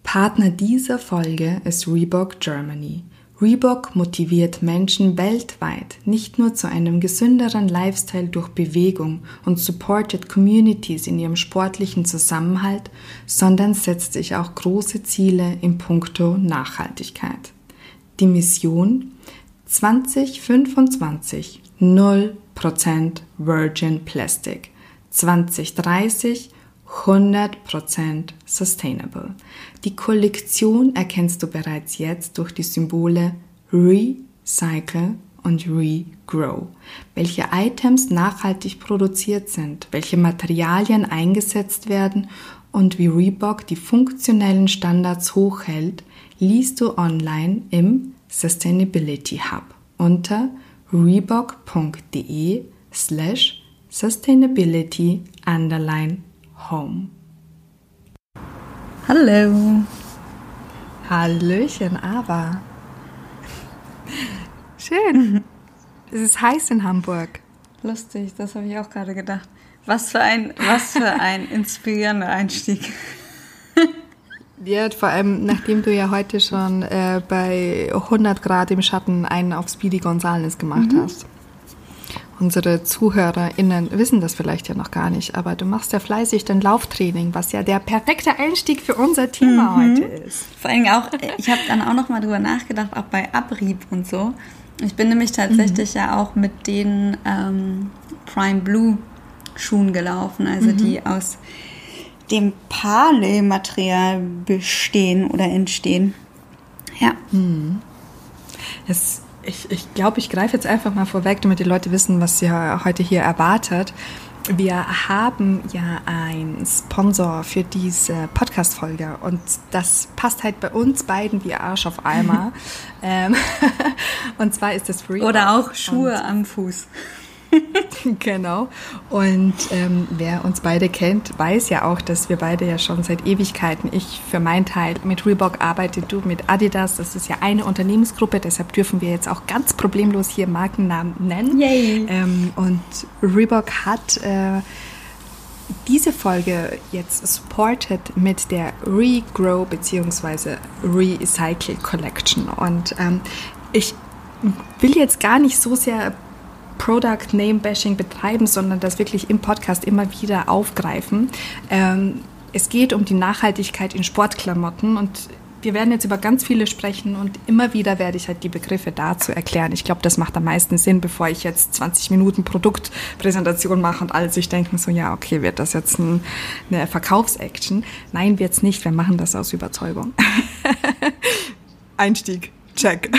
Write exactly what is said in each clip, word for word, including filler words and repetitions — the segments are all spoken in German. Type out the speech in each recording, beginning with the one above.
Partner dieser Folge ist Reebok Germany. Reebok motiviert Menschen weltweit nicht nur zu einem gesünderen Lifestyle durch Bewegung und supportet Communities in ihrem sportlichen Zusammenhalt, sondern setzt sich auch große Ziele in puncto Nachhaltigkeit. Die Mission: zwanzig fünfundzwanzig null Prozent Virgin Plastic, zwanzig dreißig hundert Prozent Sustainable. Die Kollektion erkennst du bereits jetzt durch die Symbole Recycle und Regrow. Welche Items nachhaltig produziert sind, welche Materialien eingesetzt werden und wie Reebok die funktionellen Standards hochhält, liest du online im Sustainability Hub unter reebok.de slash sustainability underline home. Hallo. Hallöchen, aber schön. Es ist heiß in Hamburg. Lustig, das habe ich auch gerade gedacht. Was für ein, was für ein inspirierender Einstieg. Ja, vor allem, nachdem du ja heute schon äh, bei hundert Grad im Schatten einen auf Speedy Gonzales gemacht mhm. hast. Unsere ZuhörerInnen wissen das vielleicht ja noch gar nicht, aber du machst ja fleißig dein Lauftraining, was ja der perfekte Einstieg für unser Thema mhm. heute ist. Vor allem auch, ich habe dann auch noch mal drüber nachgedacht, auch bei Abrieb und so. Ich bin nämlich tatsächlich mhm. ja auch mit den ähm, Prime Blue Schuhen gelaufen, also mhm. die aus dem Parley-Material bestehen oder entstehen. Ja. Mhm. Das Ich, ich glaube, ich greife jetzt einfach mal vorweg, damit die Leute wissen, was sie heute hier erwartet. Wir haben ja einen Sponsor für diese Podcast-Folge und das passt halt bei uns beiden wie Arsch auf Eimer. ähm, und zwar ist das Reebok. Oder auch Schuhe und am Fuß. Genau. Und ähm, wer uns beide kennt, weiß ja auch, dass wir beide ja schon seit Ewigkeiten, ich für meinen Teil mit Reebok arbeite, du mit Adidas. Das ist ja eine Unternehmensgruppe, deshalb dürfen wir jetzt auch ganz problemlos hier Markennamen nennen. Yay. Ähm, und Reebok hat äh, diese Folge jetzt supported mit der Regrow bzw. Recycle Collection. Und ähm, ich will jetzt gar nicht so sehr Product Name Bashing betreiben, sondern das wirklich im Podcast immer wieder aufgreifen. Ähm, es geht um die Nachhaltigkeit in Sportklamotten und wir werden jetzt über ganz viele sprechen und immer wieder werde ich halt die Begriffe dazu erklären. Ich glaube, das macht am meisten Sinn, bevor ich jetzt zwanzig Minuten Produktpräsentation mache und alle sich denken so, ja, okay, wird das jetzt ein, eine Verkaufsaction? Nein, wird's nicht. Wir machen das aus Überzeugung. Einstieg, check.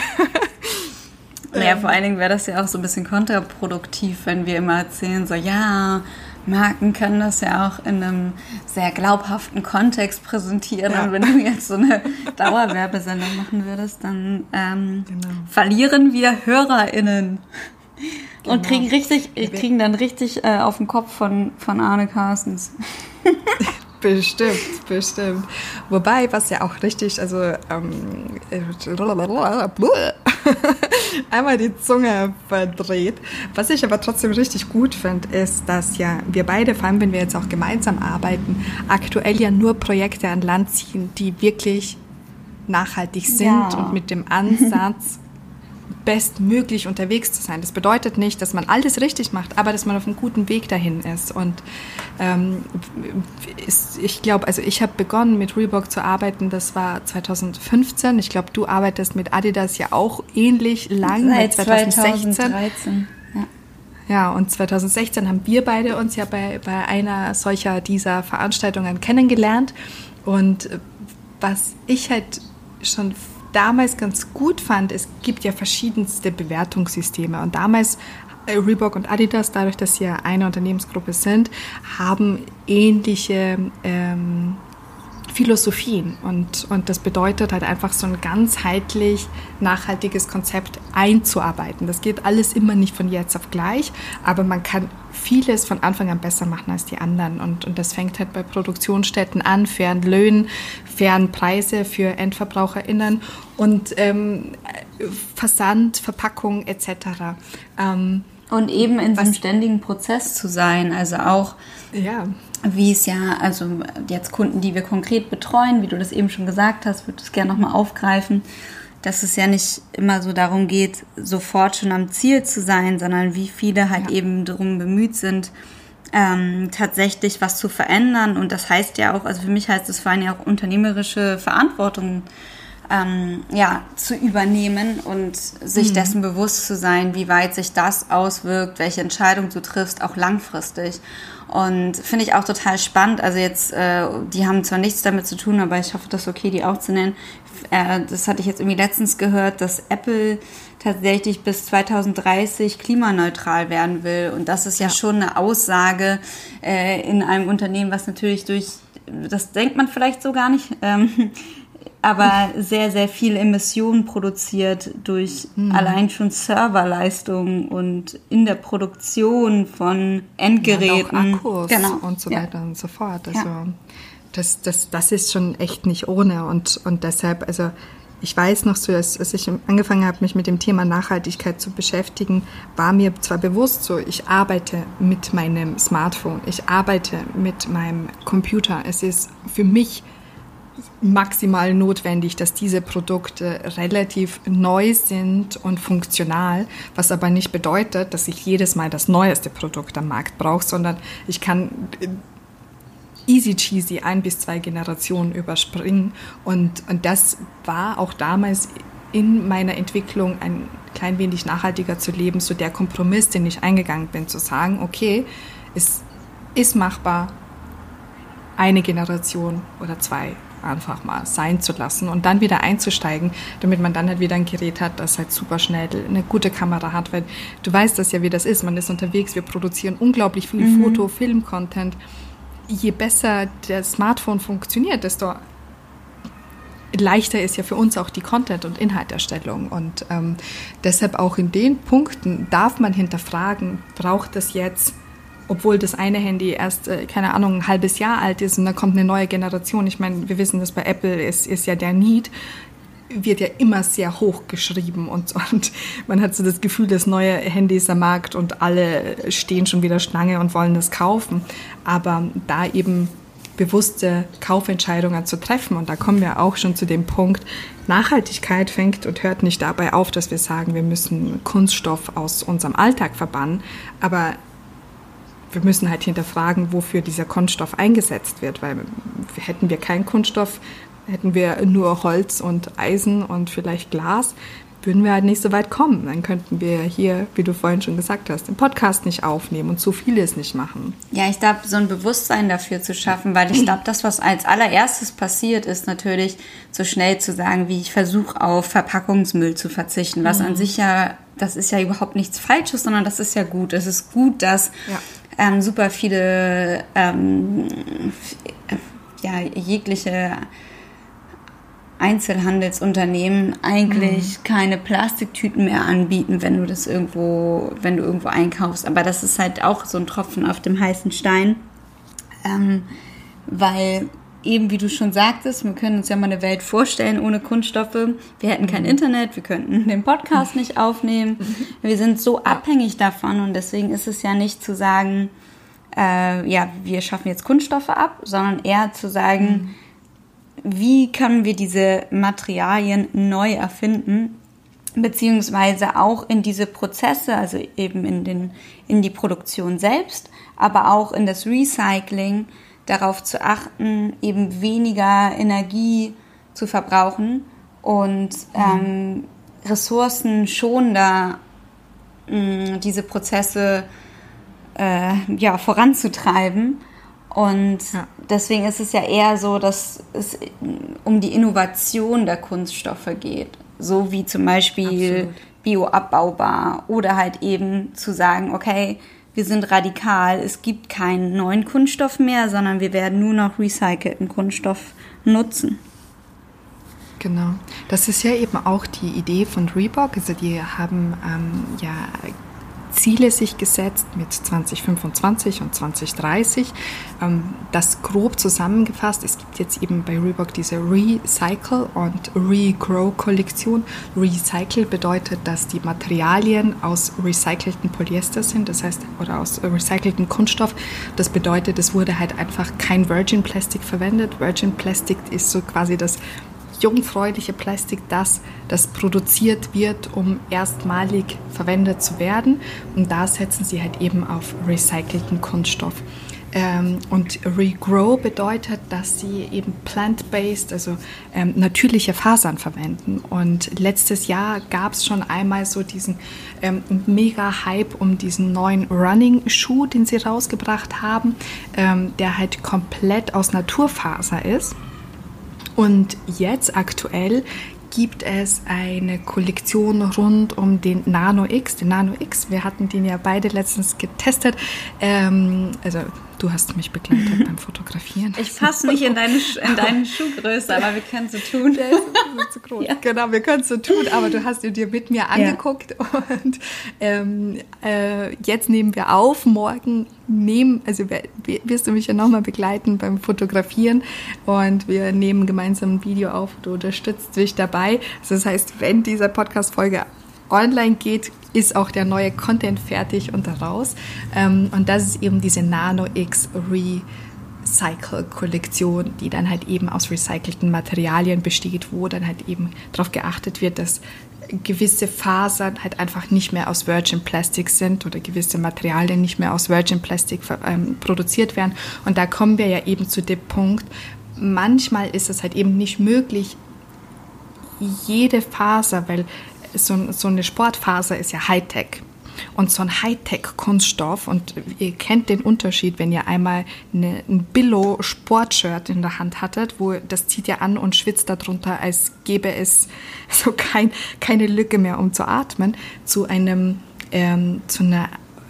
Naja, vor allen Dingen wäre das ja auch so ein bisschen kontraproduktiv, wenn wir immer erzählen, so ja, Marken können das ja auch in einem sehr glaubhaften Kontext präsentieren. Ja. Und wenn du jetzt so eine Dauerwerbesendung machen würdest, dann ähm, genau. verlieren wir HörerInnen. Genau. Und kriegen richtig, kriegen dann richtig äh, auf den Kopf von, von Arne Carstens. Bestimmt, bestimmt. Wobei, was ja auch richtig, also ähm, einmal die Zunge verdreht. Was ich aber trotzdem richtig gut finde, ist, dass ja wir beide, vor allem wenn wir jetzt auch gemeinsam arbeiten, aktuell ja nur Projekte an Land ziehen, die wirklich nachhaltig sind ja. und mit dem Ansatz bestmöglich unterwegs zu sein. Das bedeutet nicht, dass man alles richtig macht, aber dass man auf einem guten Weg dahin ist. Und ähm, ist, ich glaube, also ich habe begonnen mit Reebok zu arbeiten, das war zwanzig fünfzehn. Ich glaube, du arbeitest mit Adidas ja auch ähnlich lang, seit zwanzig sechzehn. zwanzig dreizehn. Ja. Ja, und zwanzig sechzehn haben wir beide uns ja bei, bei einer solcher dieser Veranstaltungen kennengelernt. Und was ich halt schon damals ganz gut fand, es gibt ja verschiedenste Bewertungssysteme und damals äh, Reebok und Adidas, dadurch, dass sie ja eine Unternehmensgruppe sind, haben ähnliche ähm, Philosophien und, und das bedeutet halt einfach so ein ganzheitlich nachhaltiges Konzept einzuarbeiten. Das geht alles immer nicht von jetzt auf gleich, aber man kann vieles von Anfang an besser machen als die anderen und, und das fängt halt bei Produktionsstätten an, fairen Löhnen, fairen Preise für EndverbraucherInnen und ähm, Versand, Verpackung et cetera. Ähm, Und eben in so einem ständigen Prozess zu sein, also auch, ja. wie es ja, also jetzt Kunden, die wir konkret betreuen, wie du das eben schon gesagt hast, würde ich gerne nochmal aufgreifen, dass es ja nicht immer so darum geht, sofort schon am Ziel zu sein, sondern wie viele halt ja. eben darum bemüht sind, ähm, tatsächlich was zu verändern. Und das heißt ja auch, also für mich heißt es vor allem ja auch unternehmerische Verantwortung ähm, ja, zu übernehmen und sich mhm. dessen bewusst zu sein, wie weit sich das auswirkt, welche Entscheidung du triffst, auch langfristig. Und finde ich auch total spannend. Also jetzt, äh, die haben zwar nichts damit zu tun, aber ich hoffe, das ist okay, die auch zu nennen. Äh, das hatte ich jetzt irgendwie letztens gehört, dass Apple tatsächlich bis zwanzig dreißig klimaneutral werden will. Und das ist ja, ja. schon eine Aussage äh, in einem Unternehmen, was natürlich durch, das denkt man vielleicht so gar nicht, ähm, aber sehr, sehr viel Emissionen produziert durch mhm. allein schon Serverleistungen und in der Produktion von Endgeräten. Ja, und auch Akkus genau. und so weiter ja. und so fort. Also ja. das, das, das ist schon echt nicht ohne. Und, und deshalb, also ich weiß noch so, als, als ich angefangen habe, mich mit dem Thema Nachhaltigkeit zu beschäftigen, war mir zwar bewusst so, ich arbeite mit meinem Smartphone, ich arbeite mit meinem Computer. Es ist für mich maximal notwendig, dass diese Produkte relativ neu sind und funktional, was aber nicht bedeutet, dass ich jedes Mal das neueste Produkt am Markt brauche, sondern ich kann easy cheesy ein bis zwei Generationen überspringen und, und das war auch damals in meiner Entwicklung ein klein wenig nachhaltiger zu leben, so der Kompromiss, den ich eingegangen bin, zu sagen, okay, es ist machbar, eine Generation oder zwei einfach mal sein zu lassen und dann wieder einzusteigen, damit man dann halt wieder ein Gerät hat, das halt super schnell eine gute Kamera hat, weil du weißt das ja, wie das ist, man ist unterwegs, wir produzieren unglaublich viel mhm. Foto-, Film-Content. Je besser das Smartphone funktioniert, desto leichter ist ja für uns auch die Content- und Inhalterstellung und ähm, deshalb auch in den Punkten darf man hinterfragen, braucht das jetzt, obwohl das eine Handy erst, äh, keine Ahnung, ein halbes Jahr alt ist und dann kommt eine neue Generation. Ich meine, wir wissen, dass bei Apple ist, ist ja der Need, wird ja immer sehr hoch geschrieben und, und man hat so das Gefühl, dass neue Handys am Markt und alle stehen schon wieder Schlange und wollen das kaufen. Aber da eben bewusste Kaufentscheidungen zu treffen und da kommen wir auch schon zu dem Punkt, Nachhaltigkeit fängt und hört nicht dabei auf, dass wir sagen, wir müssen Kunststoff aus unserem Alltag verbannen, aber wir müssen halt hinterfragen, wofür dieser Kunststoff eingesetzt wird, weil hätten wir keinen Kunststoff, hätten wir nur Holz und Eisen und vielleicht Glas, würden wir halt nicht so weit kommen. Dann könnten wir hier, wie du vorhin schon gesagt hast, den Podcast nicht aufnehmen und so vieles nicht machen. Ja, ich glaube, so ein Bewusstsein dafür zu schaffen, weil ich glaube, das, was als allererstes passiert, ist natürlich so schnell zu sagen, wie ich versuche, auf Verpackungsmüll zu verzichten, was mhm. an sich ja, das ist ja überhaupt nichts Falsches, sondern das ist ja gut. Es ist gut, dass ja. ähm, super viele ähm, ja, jegliche Einzelhandelsunternehmen eigentlich mhm. keine Plastiktüten mehr anbieten, wenn du das irgendwo, wenn du irgendwo einkaufst. Aber das ist halt auch so ein Tropfen auf dem heißen Stein, ähm, weil eben, wie du schon sagtest, wir können uns ja mal eine Welt vorstellen ohne Kunststoffe. Wir hätten kein Internet, wir könnten den Podcast nicht aufnehmen. Wir sind so abhängig davon und deswegen ist es ja nicht zu sagen, äh, ja, wir schaffen jetzt Kunststoffe ab, sondern eher zu sagen, mhm. wie können wir diese Materialien neu erfinden, beziehungsweise auch in diese Prozesse, also eben in, den, in die Produktion selbst, aber auch in das Recycling, darauf zu achten, eben weniger Energie zu verbrauchen und ähm, ressourcenschonender mh, diese Prozesse äh, ja, voranzutreiben. Und ja. deswegen ist es ja eher so, dass es um die Innovation der Kunststoffe geht. So wie zum Beispiel Absolut. bioabbaubar oder halt eben zu sagen, okay, wir sind radikal, es gibt keinen neuen Kunststoff mehr, sondern wir werden nur noch recycelten Kunststoff nutzen. Genau. Das ist ja eben auch die Idee von Reebok. Also die haben ähm, ja Ziele sich gesetzt mit zwanzig fünfundzwanzig und zwanzig dreißig. Ähm, das grob zusammengefasst, es gibt jetzt eben bei Reebok diese Recycle und Regrow-Kollektion. Recycle bedeutet, dass die Materialien aus recycelten Polyester sind, das heißt, oder aus recycelten Kunststoff. Das bedeutet, es wurde halt einfach kein Virgin Plastic verwendet. Virgin Plastic ist so quasi das jungfräuliche Plastik, das, das produziert wird, um erstmalig verwendet zu werden. Und da setzen sie halt eben auf recycelten Kunststoff. Ähm, und Regrow bedeutet, dass sie eben plant-based, also ähm, natürliche Fasern verwenden. Und letztes Jahr gab es schon einmal so diesen ähm, Mega-Hype um diesen neuen Running-Schuh, den sie rausgebracht haben, ähm, der halt komplett aus Naturfaser ist. Und jetzt aktuell gibt es eine Kollektion rund um den Nano X. Den Nano X, wir hatten den ja beide letztens getestet. Ähm, also du hast mich begleitet beim Fotografieren. Ich passe nicht in deine, in deine Schuhgröße, aber wir können es so tun. Der ist zu groß. Ja. Genau, wir können es so tun, aber du hast ihn dir mit mir angeguckt. Ja. Und ähm, äh, jetzt nehmen wir auf. Morgen nehmen, also wirst du mich ja nochmal begleiten beim Fotografieren und wir nehmen gemeinsam ein Video auf. Du unterstützt mich dabei. Also das heißt, wenn diese Podcast-Folge online geht, ist auch der neue Content fertig und raus. Und das ist eben diese Nano X Recycle-Kollektion, die dann halt eben aus recycelten Materialien besteht, wo dann halt eben darauf geachtet wird, dass gewisse Fasern halt einfach nicht mehr aus Virgin Plastic sind oder gewisse Materialien nicht mehr aus Virgin Plastic ähm, produziert werden. Und da kommen wir ja eben zu dem Punkt, manchmal ist es halt eben nicht möglich, jede Faser, weil so, so eine Sportfaser ist ja Hightech. Und so ein Hightech-Kunststoff, und ihr kennt den Unterschied, wenn ihr einmal eine, ein Billo-Sportshirt in der Hand hattet, wo das zieht ihr an und schwitzt darunter, als gäbe es so kein, keine Lücke mehr, um zu atmen, zu einem ähm, zu einer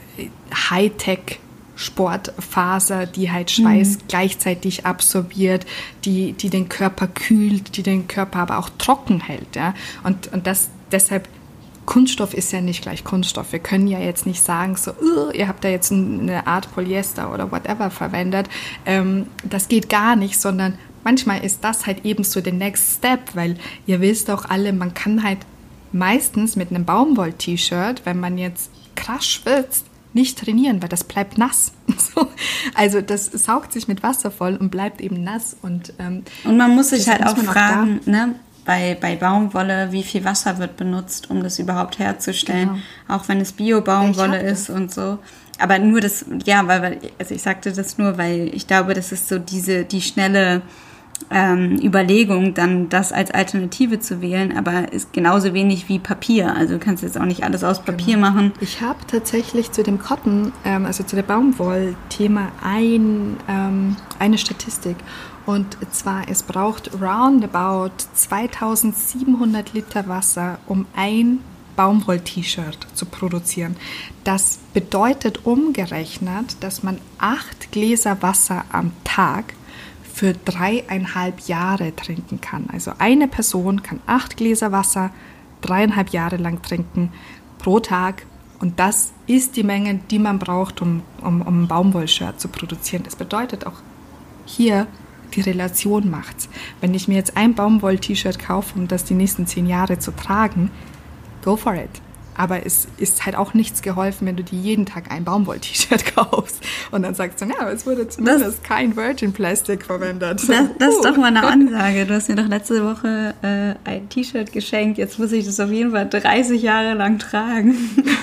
Hightech-Sportfaser, die halt Schweiß mhm. gleichzeitig absorbiert, die, die den Körper kühlt, die den Körper aber auch trocken hält. Ja? Und, und das deshalb Kunststoff ist ja nicht gleich Kunststoff. Wir können ja jetzt nicht sagen, so, uh, ihr habt da jetzt eine Art Polyester oder whatever verwendet. Ähm, das geht gar nicht, sondern manchmal ist das halt eben so der Next Step, weil ihr wisst auch alle, man kann halt meistens mit einem Baumwoll-T-Shirt, wenn man jetzt krass schwitzt, nicht trainieren, weil das bleibt nass. Also das saugt sich mit Wasser voll und bleibt eben nass. Und, ähm, und man muss sich halt auch fragen, auch ne? Bei, bei Baumwolle, wie viel Wasser wird benutzt, um das überhaupt herzustellen, genau. Auch wenn es Bio-Baumwolle ist und so. Aber nur das, ja, weil, also ich sagte das nur, weil ich glaube, das ist so diese, die schnelle ähm, Überlegung, dann das als Alternative zu wählen, aber ist genauso wenig wie Papier. Also du kannst jetzt auch nicht alles aus Papier genau. machen. Ich habe tatsächlich zu dem Cotton, ähm, also zu dem Baumwoll-Thema ein, ähm, eine Statistik. Und zwar, es braucht roundabout zweitausendsiebenhundert Liter Wasser, um ein Baumwoll-T-Shirt zu produzieren. Das bedeutet umgerechnet, dass man acht Gläser Wasser am Tag für dreieinhalb Jahre trinken kann. Also eine Person kann acht Gläser Wasser dreieinhalb Jahre lang trinken pro Tag. Und das ist die Menge, die man braucht, um, um, um ein Baumwoll-Shirt zu produzieren. Das bedeutet auch hier, die Relation macht's. Wenn ich mir jetzt ein Baumwoll-T-Shirt kaufe, um das die nächsten zehn Jahre zu tragen, go for it. Aber es ist halt auch nichts geholfen, wenn du dir jeden Tag ein Baumwoll-T-Shirt kaufst und dann sagst du, ja, es wurde zumindest das, kein Virgin Plastic verwendet. Das, das ist doch mal eine Ansage. Du hast mir doch letzte Woche äh, ein T-Shirt geschenkt. Jetzt muss ich das auf jeden Fall dreißig Jahre lang tragen.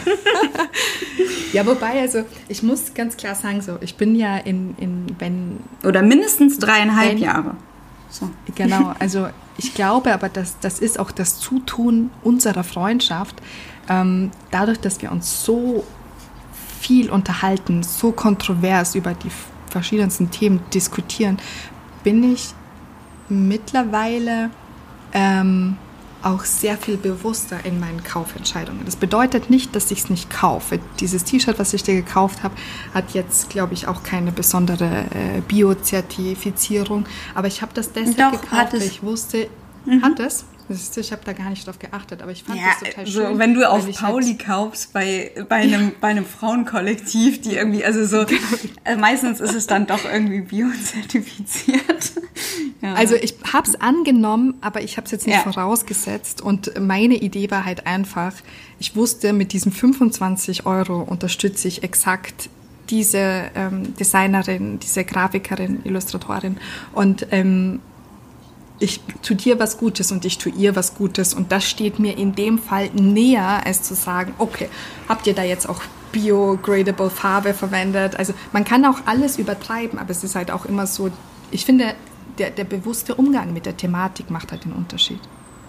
Ja, wobei, also ich muss ganz klar sagen, so ich bin ja in, in wenn... Oder mindestens dreieinhalb wenn, Jahre. So. Genau, also ich glaube aber, dass das ist auch das Zutun unserer Freundschaft. Ähm, dadurch, dass wir uns so viel unterhalten, so kontrovers über die verschiedensten Themen diskutieren, bin ich mittlerweile ähm, auch sehr viel bewusster in meinen Kaufentscheidungen. Das bedeutet nicht, dass ich es nicht kaufe. Dieses T-Shirt, was ich dir gekauft habe, hat jetzt, glaube ich, auch keine besondere äh, Bio-Zertifizierung. Aber ich habe das deshalb Doch, gekauft, weil ich wusste, mhm. hat es? Ich habe da gar nicht drauf geachtet, aber ich fand ja, das total so, schön. wenn du auf halt Pauli kaufst bei, bei, einem, ja. bei einem Frauenkollektiv, die irgendwie, also so, äh, meistens ist es dann doch irgendwie biozertifiziert. Ja. Also ich habe es angenommen, aber ich habe es jetzt nicht ja. vorausgesetzt und meine Idee war halt einfach, ich wusste, mit diesen fünfundzwanzig Euro unterstütze ich exakt diese ähm, Designerin, diese Grafikerin, Illustratorin und ähm, ich tue dir was Gutes und ich tue ihr was Gutes und das steht mir in dem Fall näher, als zu sagen, okay, habt ihr da jetzt auch biogradable Farbe verwendet? Also man kann auch alles übertreiben, aber es ist halt auch immer so, ich finde, der, der bewusste Umgang mit der Thematik macht halt den Unterschied.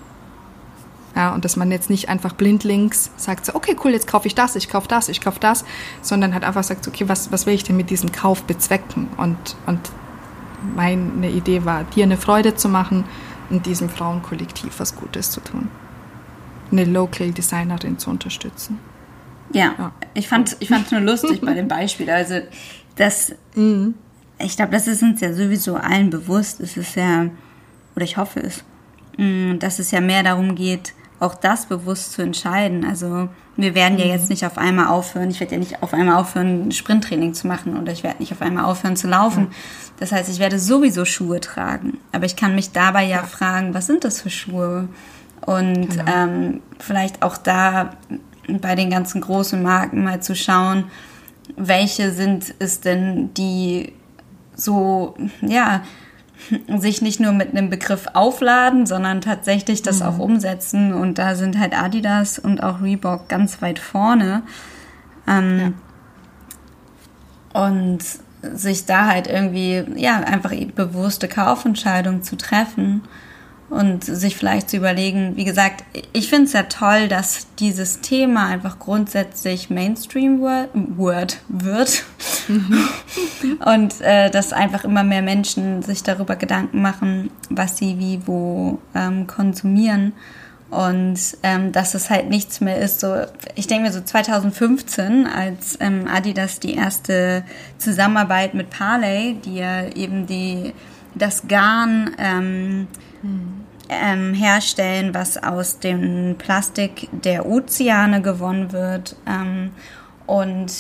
Ja, und dass man jetzt nicht einfach blindlings sagt, so, okay, cool, jetzt kaufe ich das, ich kaufe das, ich kaufe das, sondern halt einfach sagt, okay, was, was will ich denn mit diesem Kauf bezwecken? Und, und meine Idee war, dir eine Freude zu machen und diesem Frauenkollektiv was Gutes zu tun. Eine Local Designerin zu unterstützen. Ja, ja. ich fand ich fand es nur lustig bei dem Beispiel. Also das, mhm. ich glaube, das ist uns ja sowieso allen bewusst. Es ist ja, oder ich hoffe es, dass es ja mehr darum geht, auch das bewusst zu entscheiden. Also wir werden mhm. ja jetzt nicht auf einmal aufhören, ich werde ja nicht auf einmal aufhören, Sprinttraining zu machen oder ich werde nicht auf einmal aufhören zu laufen. Mhm. Das heißt, ich werde sowieso Schuhe tragen. Aber ich kann mich dabei ja, ja. fragen, was sind das für Schuhe? Und genau. ähm, vielleicht auch da bei den ganzen großen Marken mal zu schauen, welche sind es denn, die so, ja, sich nicht nur mit einem Begriff aufladen, sondern tatsächlich das mhm. auch umsetzen. Und da sind halt Adidas und auch Reebok ganz weit vorne. Ähm, ja. Und sich da halt irgendwie, ja, einfach bewusste Kaufentscheidungen zu treffen und sich vielleicht zu überlegen, wie gesagt, ich finde es ja toll, dass dieses Thema einfach grundsätzlich Mainstream-Word wird mhm. und äh, dass einfach immer mehr Menschen sich darüber Gedanken machen, was sie wie wo ähm, konsumieren und ähm, dass es halt nichts mehr ist. So, ich denke mir so zwanzig fünfzehn, als ähm, Adidas die erste Zusammenarbeit mit Parley, die ja eben die das Garn ähm, hm. ähm, herstellen, was aus dem Plastik der Ozeane gewonnen wird. Ähm, und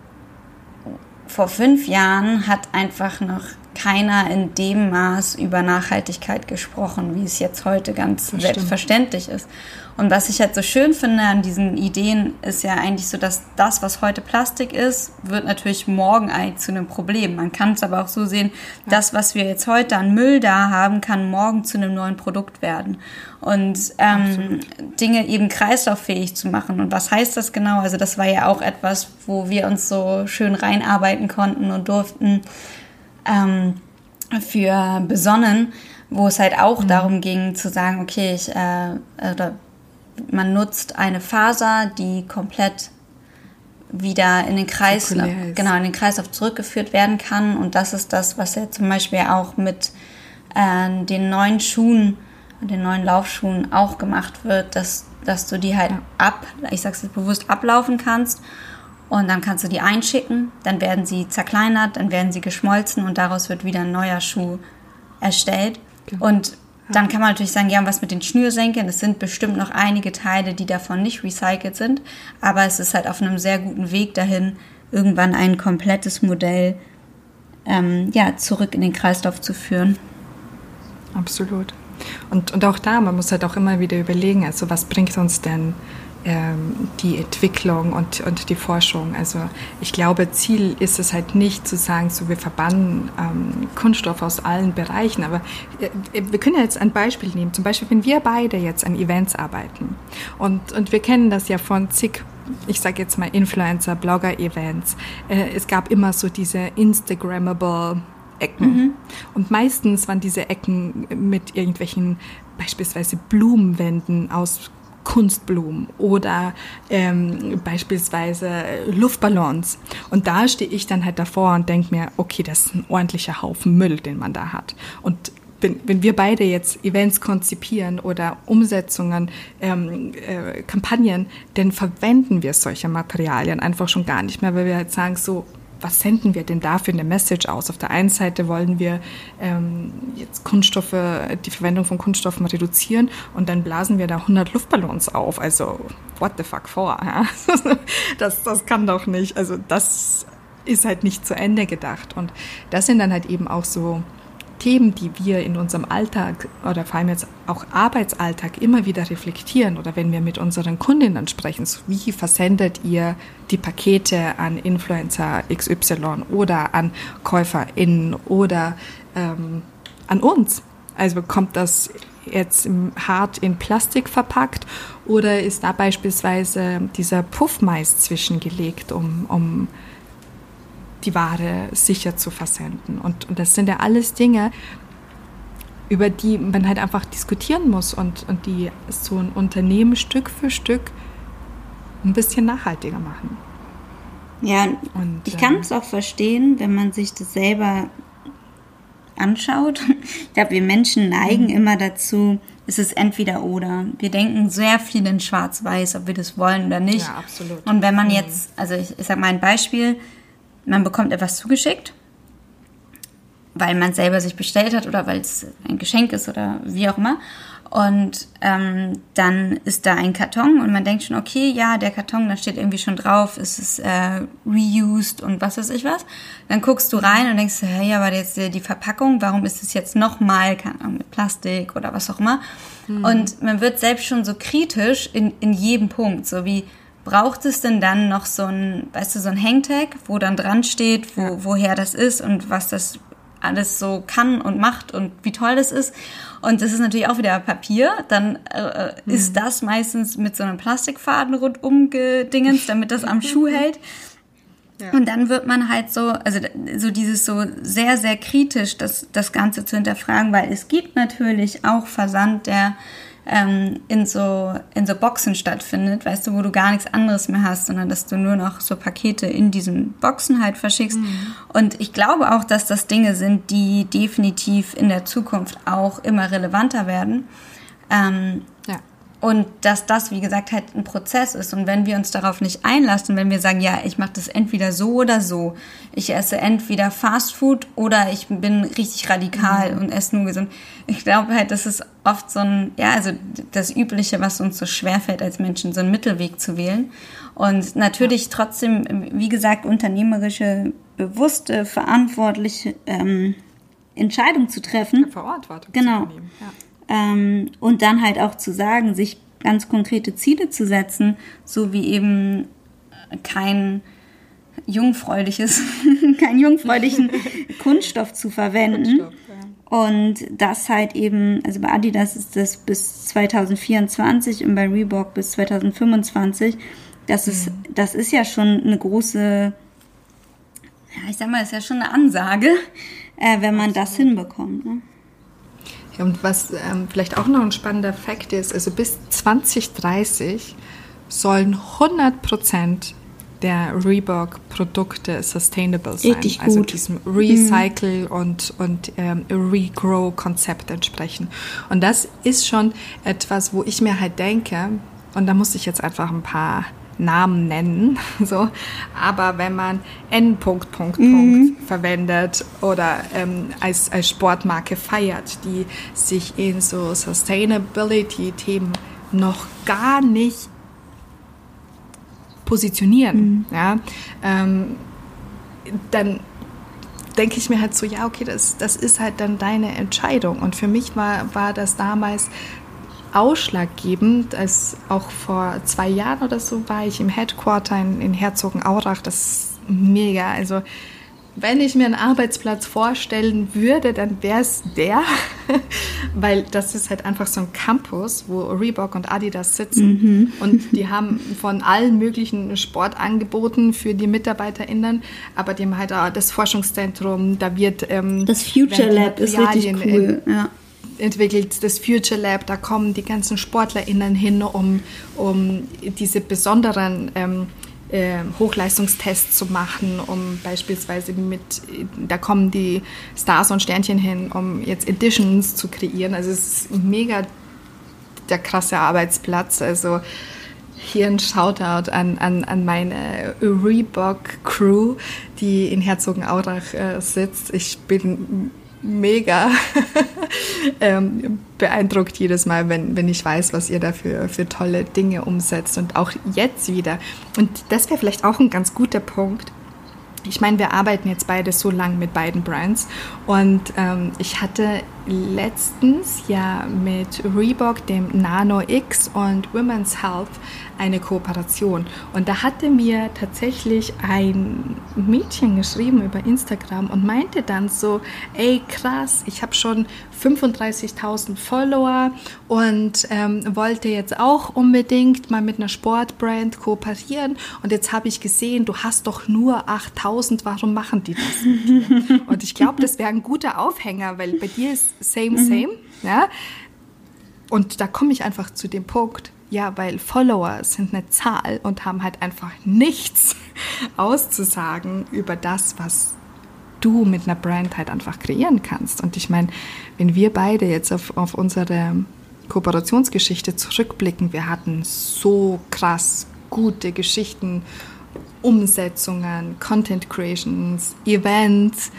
vor fünf Jahren hat einfach noch keiner in dem Maß über Nachhaltigkeit gesprochen, wie es jetzt heute ganz das selbstverständlich stimmt. ist. Und was ich halt so schön finde an diesen Ideen, ist ja eigentlich so, dass das, was heute Plastik ist, wird natürlich morgen eigentlich zu einem Problem. Man kann es aber auch so sehen, ja. das, was wir jetzt heute an Müll da haben, kann morgen zu einem neuen Produkt werden. Und ähm, Dinge eben kreislauffähig zu machen. Und was heißt das genau? Also das war ja auch etwas, wo wir uns so schön reinarbeiten konnten und durften ähm, für Besonnen, wo es halt auch mhm. darum ging zu sagen, okay, ich äh, oder man nutzt eine Faser, die komplett wieder in den Kreislauf, genau, in den Kreislauf zurückgeführt werden kann. Und das ist das, was ja zum Beispiel auch mit äh, den neuen Schuhen, den neuen Laufschuhen auch gemacht wird, dass, dass du die halt ja. ab, ich sag's jetzt bewusst, ablaufen kannst. Und dann kannst du die einschicken, dann werden sie zerkleinert, dann werden sie geschmolzen und daraus wird wieder ein neuer Schuh erstellt. Genau. Und dann kann man natürlich sagen, ja, was mit den Schnürsenkeln? Es sind bestimmt noch einige Teile, die davon nicht recycelt sind, aber es ist halt auf einem sehr guten Weg dahin, irgendwann ein komplettes Modell ähm, ja, zurück in den Kreislauf zu führen. Absolut. Und, und auch da, man muss halt auch immer wieder überlegen, also was bringt uns denn ähm, die Entwicklung und, und die Forschung? Also ich glaube, Ziel ist es halt nicht zu sagen, so wir verbannen ähm, Kunststoff aus allen Bereichen, aber äh, wir können ja jetzt ein Beispiel nehmen, zum Beispiel, wenn wir beide jetzt an Events arbeiten und, und wir kennen das ja von zig, ich sage jetzt mal Influencer, Blogger-Events, äh, es gab immer so diese Instagrammable Ecken. Mhm. Und meistens waren diese Ecken mit irgendwelchen beispielsweise Blumenwänden aus Kunstblumen oder ähm, beispielsweise Luftballons. Und da stehe ich dann halt davor und denke mir, okay, das ist ein ordentlicher Haufen Müll, den man da hat. Und wenn, wenn wir beide jetzt Events konzipieren oder Umsetzungen, ähm, äh, Kampagnen, dann verwenden wir solche Materialien einfach schon gar nicht mehr, weil wir halt sagen so, was senden wir denn da für eine Message aus? Auf der einen Seite wollen wir ähm, jetzt Kunststoffe, die Verwendung von Kunststoffen reduzieren und dann blasen wir da hundert Luftballons auf. Also, what the fuck for? Ja? Das, das kann doch nicht. Also, das ist halt nicht zu Ende gedacht. Und das sind dann halt eben auch so Themen, die wir in unserem Alltag oder vor allem jetzt auch Arbeitsalltag immer wieder reflektieren oder wenn wir mit unseren Kundinnen sprechen, so wie versendet ihr die Pakete an Influencer X Y oder an KäuferInnen oder ähm, an uns? Also kommt das jetzt hart in Plastik verpackt oder ist da beispielsweise dieser Puffmais zwischengelegt, um, um die Ware sicher zu versenden. Und, und das sind ja alles Dinge, über die man halt einfach diskutieren muss und, und die so ein Unternehmen Stück für Stück ein bisschen nachhaltiger machen. Ja, und ich kann es auch verstehen, wenn man sich das selber anschaut. Ich glaube, wir Menschen neigen mhm. immer dazu, es ist entweder oder. Wir denken sehr viel in schwarz-weiß, ob wir das wollen oder nicht. Ja, absolut. Und wenn man jetzt, also ich, ich sage mal ein Beispiel, man bekommt etwas zugeschickt, weil man es selber sich bestellt hat oder weil es ein Geschenk ist oder wie auch immer. Und ähm, dann ist da ein Karton und man denkt schon, okay, ja, der Karton, da steht irgendwie schon drauf, es ist äh, reused und was weiß ich was. Dann guckst du rein und denkst, hey, aber jetzt die Verpackung, warum ist es jetzt nochmal, keine Ahnung, mit Plastik oder was auch immer. Mhm. Und man wird selbst schon so kritisch in, in jedem Punkt, so wie, braucht es denn dann noch so ein, weißt du, so ein Hangtag, wo dann dran steht, wo, ja. woher das ist und was das alles so kann und macht und wie toll das ist. Und das ist natürlich auch wieder Papier. Dann äh, mhm. ist das meistens mit so einem Plastikfaden rundum gedingens, damit das am Schuh hält. Ja. Und dann wird man halt so, also so dieses so sehr, sehr kritisch, das, das Ganze zu hinterfragen, weil es gibt natürlich auch Versand, der ähm, in so in so Boxen stattfindet, weißt du, wo du gar nichts anderes mehr hast, sondern dass du nur noch so Pakete in diesen Boxen halt verschickst. Mhm. Und ich glaube auch, dass das Dinge sind, die definitiv in der Zukunft auch immer relevanter werden. Ähm, ja. Und dass das, wie gesagt, halt ein Prozess ist. Und wenn wir uns darauf nicht einlassen, wenn wir sagen, ja, ich mache das entweder so oder so, ich esse entweder Fastfood oder ich bin richtig radikal mhm. und esse nur gesund. Ich glaube halt, das ist oft so ein, ja, also das Übliche, was uns so schwerfällt als Menschen, so einen Mittelweg zu wählen. Und natürlich ja. trotzdem, wie gesagt, unternehmerische, bewusste, verantwortliche ähm, Entscheidungen zu treffen. Ja, Verantwortung genau. zu übernehmen. Ja. Ähm, und dann halt auch zu sagen, sich ganz konkrete Ziele zu setzen, so wie eben kein jungfräuliches, keinen jungfräulichen Kunststoff zu verwenden. Kunststoff, ja. Und das halt eben, also bei Adidas ist das bis zwanzig vierundzwanzig und bei Reebok bis zwanzig fünfundzwanzig. Das mhm. ist, das ist ja schon eine große, ja, ich sag mal, ist ja schon eine Ansage, äh, wenn man das hinbekommt, ne? Und was ähm, vielleicht auch noch ein spannender Fakt ist, also bis zwanzig dreißig sollen hundert Prozent der Reebok-Produkte sustainable sein. Richtig also gut. diesem Recycle- mhm. und, und ähm, Regrow-Konzept entsprechen. Und das ist schon etwas, wo ich mir halt denke, und da muss ich jetzt einfach ein paar Namen nennen, so. Aber wenn man N. Punkt, Punkt, mhm. Punkt verwendet oder ähm, als, als Sportmarke feiert, die sich in so Sustainability-Themen noch gar nicht positionieren, mhm. ja, ähm, dann denke ich mir halt so, ja, okay, das, das ist halt dann deine Entscheidung. Und für mich war, war das damals ausschlaggebend, als auch vor zwei Jahren oder so war ich im Headquarter in, in Herzogenaurach. Das ist mega. Also wenn ich mir einen Arbeitsplatz vorstellen würde, dann wäre es der, weil das ist halt einfach so ein Campus, wo Reebok und Adidas sitzen mhm. und die haben von allen möglichen Sportangeboten für die MitarbeiterInnen, aber die haben halt auch das Forschungszentrum, da wird ähm, das Future Lab ist richtig cool, in, ja. entwickelt, das Future Lab, da kommen die ganzen SportlerInnen hin, um, um diese besonderen ähm, äh, Hochleistungstests zu machen, um beispielsweise mit, da kommen die Stars und Sternchen hin, um jetzt Editions zu kreieren. Also es ist mega der krasse Arbeitsplatz. Also Hier ein Shoutout an, an, an meine Reebok-Crew, die in Herzogenaurach äh, sitzt. Ich bin mega ähm, beeindruckt jedes Mal, wenn, wenn ich weiß, was ihr da für, für tolle Dinge umsetzt und auch jetzt wieder. Und das wäre vielleicht auch ein ganz guter Punkt. Ich meine, wir arbeiten jetzt beide so lang mit beiden Brands und ähm, ich hatte letztens ja mit Reebok, dem Nano X und Women's Health eine Kooperation und da hatte mir tatsächlich ein Mädchen geschrieben über Instagram und meinte dann so, ey krass, ich habe schon fünfunddreißigtausend Follower und ähm, wollte jetzt auch unbedingt mal mit einer Sportbrand kooperieren und jetzt habe ich gesehen, du hast doch nur achttausend, warum machen die das mit dir? Und ich glaube, das wäre ein guter Aufhänger, weil bei dir ist same, same, mhm. ja, und da komme ich einfach zu dem Punkt, ja, weil Follower sind eine Zahl und haben halt einfach nichts auszusagen über das, was du mit einer Brand halt einfach kreieren kannst. Und ich meine, wenn wir beide jetzt auf, auf unsere Kooperationsgeschichte zurückblicken, wir hatten so krass gute Geschichten, Umsetzungen, Content Creations, Events.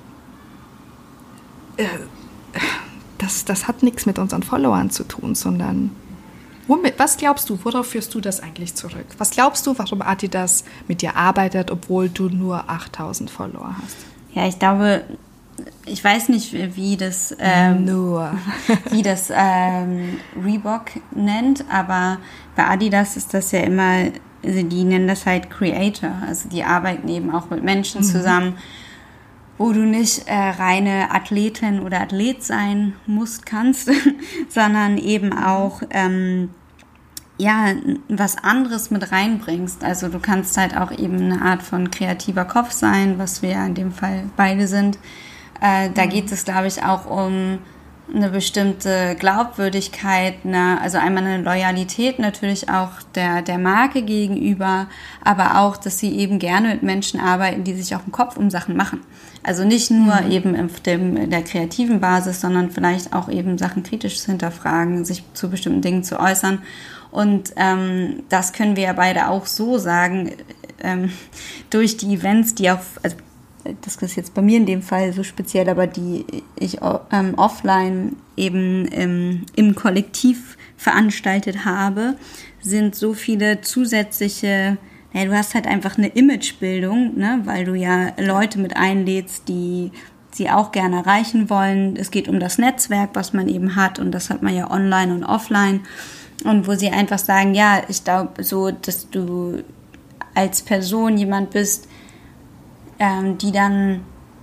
Das, das hat nichts mit unseren Followern zu tun, sondern womit, was glaubst du, worauf führst du das eigentlich zurück? Was glaubst du, warum Adidas mit dir arbeitet, obwohl du nur achttausend Follower hast? Ja, ich glaube, ich weiß nicht, wie das, ähm, nur. wie das ähm, Reebok nennt, aber bei Adidas ist das ja immer, also die nennen das halt Creator, also die arbeiten eben auch mit Menschen mhm. zusammen, wo du nicht äh, reine Athletin oder Athlet sein musst, kannst, sondern eben auch ähm, ja, was anderes mit reinbringst. Also du kannst halt auch eben eine Art von kreativer Kopf sein, was wir ja in dem Fall beide sind. Äh, da geht es, glaube ich, auch um eine bestimmte Glaubwürdigkeit, eine, also einmal eine Loyalität natürlich auch der, der Marke gegenüber, aber auch, dass sie eben gerne mit Menschen arbeiten, die sich auch im Kopf um Sachen machen. Also nicht nur mhm. eben in, dem, in der kreativen Basis, sondern vielleicht auch eben Sachen kritisch zu hinterfragen, sich zu bestimmten Dingen zu äußern. Und ähm, das können wir ja beide auch so sagen, ähm, durch die Events, die auf, also das ist jetzt bei mir in dem Fall so speziell, aber die ich ähm, offline eben im, im Kollektiv veranstaltet habe, sind so viele zusätzliche, ja, du hast halt einfach eine Imagebildung, ne, weil du ja Leute mit einlädst, die sie auch gerne erreichen wollen. Es geht um das Netzwerk, was man eben hat, und das hat man ja online und offline. Und wo sie einfach sagen, ja, ich glaube so, dass du als Person jemand bist, ähm, die dann